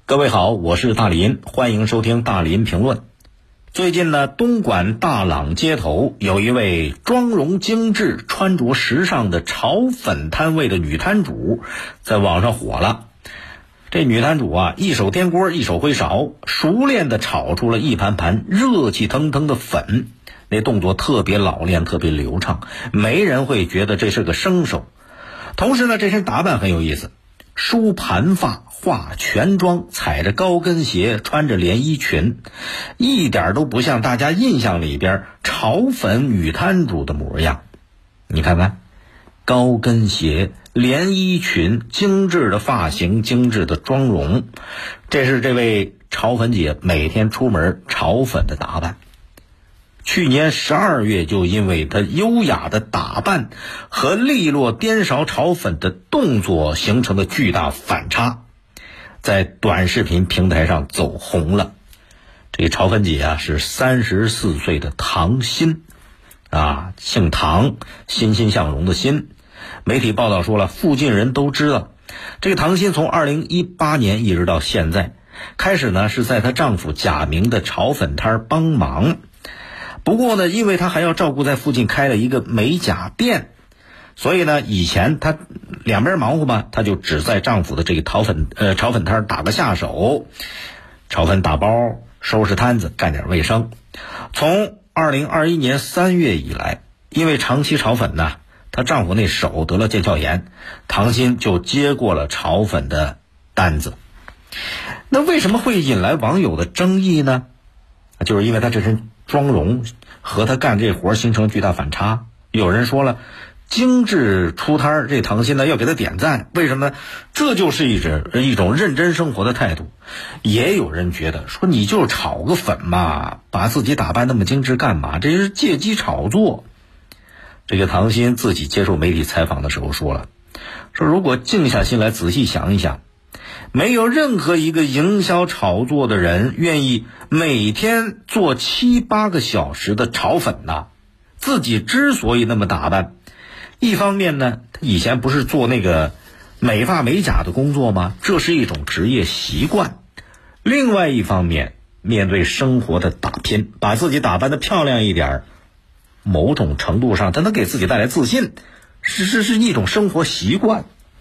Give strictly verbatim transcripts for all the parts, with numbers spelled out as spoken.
各位好，我是大林，欢迎收听大林评论。最近呢，东莞大朗街头有一位妆容精致、穿着时尚的炒粉摊位的女摊主在网上火了。这女摊主啊，一手颠锅，一手挥勺，熟练地炒出了一盘盘热气腾腾的粉，那动作特别老练，特别流畅，没人会觉得这是个生手。同时呢，这身打扮很有意思，梳盘发，化全妆，踩着高跟鞋，穿着连衣裙，一点都不像大家印象里边炒粉女摊主的模样。你看看，高跟鞋、连衣裙，精致的发型，精致的妆容，这是这位炒粉姐每天出门炒粉的打扮。去年十二月，就因为她优雅的打扮和利落颠勺炒粉的动作形成的巨大反差，在短视频平台上走红了。这个炒粉姐啊，是三十四岁的唐欣啊，姓唐，欣欣向荣的欣。媒体报道说了，附近人都知道，这个唐欣从二零一八年一直到现在，开始呢是在她丈夫假名的炒粉摊帮忙。不过呢，因为她还要照顾在附近开了一个美甲店，所以呢，以前她两边忙活嘛，她就只在丈夫的这个炒粉呃炒粉摊打个下手，炒粉打包，收拾摊子，干点卫生。从二零二一年三月以来，因为长期炒粉呢，她丈夫那手得了腱鞘炎，唐欣就接过了炒粉的单子。那为什么会引来网友的争议呢？就是因为她这身妆容和她干这活形成巨大反差。有人说了，精致出摊，这唐欣呢要给她点赞，为什么呢？这就是一种一种认真生活的态度。也有人觉得说，你就炒个粉嘛，把自己打扮那么精致干嘛？这是借机炒作。这个唐欣自己接受媒体采访的时候说了，说如果静下心来仔细想一想，没有任何一个营销炒作的人愿意每天做七八个小时的炒粉呐。自己之所以那么打扮，一方面呢，他以前不是做那个美发美甲的工作吗？这是一种职业习惯。另外一方面，面对生活的打拼，把自己打扮得漂亮一点，某种程度上它能给自己带来自信，是是是一种生活习惯。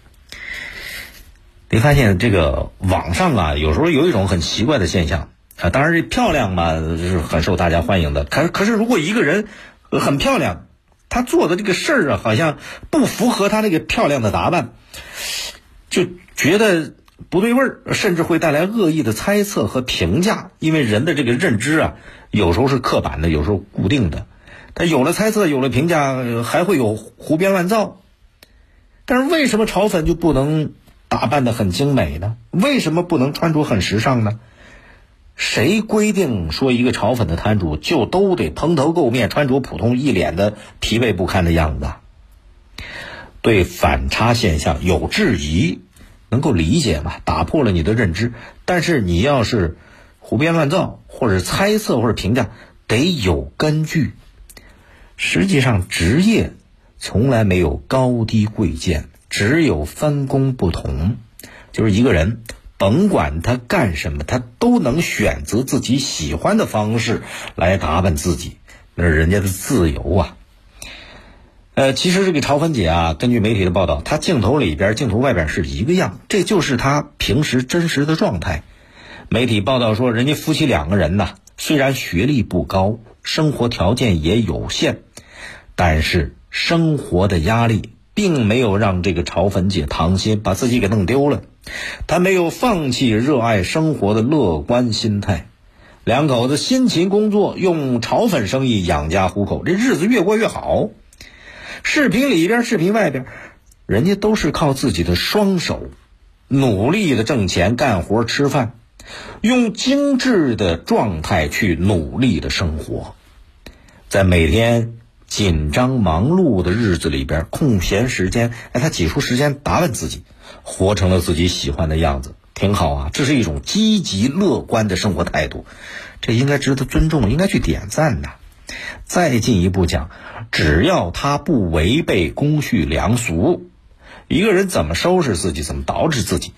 你发现这个网上啊，有时候有一种很奇怪的现象啊，当然这漂亮嘛是很受大家欢迎的，可可是如果一个人很漂亮，他做的这个事儿啊，好像不符合他那个漂亮的打扮，就觉得不对味儿，甚至会带来恶意的猜测和评价。因为人的这个认知啊，有时候是刻板的，有时候固定的，他有了猜测，有了评价，还会有胡编乱造。但是为什么炒粉就不能打扮得很精美呢？为什么不能穿着很时尚呢？谁规定说一个炒粉的摊主就都得蓬头垢面，穿着普通，一脸的疲惫不堪的样子？对反差现象有质疑，能够理解嘛？打破了你的认知。但是你要是胡编乱造，或者猜测，或者评价，得有根据。实际上职业从来没有高低贵贱，只有分工不同。就是一个人甭管他干什么，他都能选择自己喜欢的方式来打扮自己，那是人家的自由啊。呃，其实这个炒粉姐啊，根据媒体的报道，她镜头里边镜头外边是一个样，这就是她平时真实的状态。媒体报道说，人家夫妻两个人呢，虽然学历不高，生活条件也有限，但是生活的压力并没有让这个炒粉姐唐欣把自己给弄丢了。她没有放弃热爱生活的乐观心态，两口子辛勤工作，用炒粉生意养家糊口，这日子越过越好。视频里边视频外边，人家都是靠自己的双手努力的挣钱干活吃饭，用精致的状态去努力的生活。在每天紧张忙碌的日子里边，空闲时间，哎，他挤出时间打扮自己，活成了自己喜欢的样子，挺好啊。这是一种积极乐观的生活态度，这应该值得尊重，应该去点赞的。再进一步讲，只要他不违背公序良俗，一个人怎么收拾自己，怎么捯饬自己，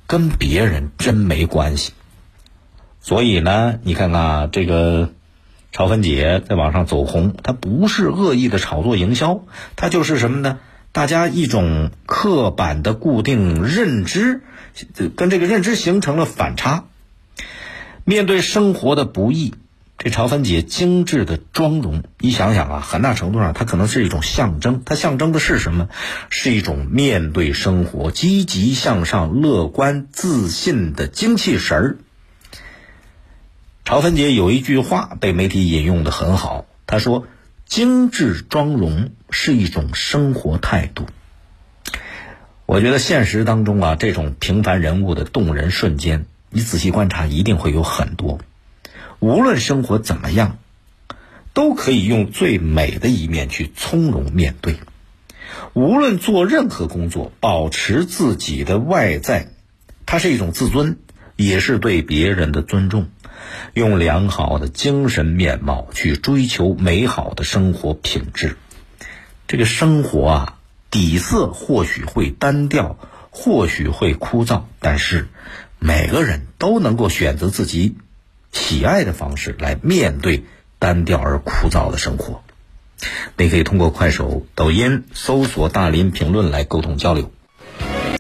跟别人真没关系。所以呢，你看看这个潮芬姐在网上走红，她不是恶意的炒作营销，她就是什么呢？大家一种刻板的固定认知，跟这个认知形成了反差。面对生活的不易，这潮芬姐精致的妆容，你想想啊，很大程度上它可能是一种象征。它象征的是什么？是一种面对生活积极向上、乐观自信的精气神儿。潮芬姐有一句话被媒体引用得很好，她说精致妆容是一种生活态度。我觉得现实当中啊，这种平凡人物的动人瞬间，你仔细观察一定会有很多。无论生活怎么样，都可以用最美的一面去从容面对。无论做任何工作，保持自己的外在，它是一种自尊，也是对别人的尊重。用良好的精神面貌去追求美好的生活品质。这个生活啊，底色或许会单调，或许会枯燥，但是每个人都能够选择自己喜爱的方式来面对单调而枯燥的生活。你可以通过快手、抖音搜索大林评论来沟通交流。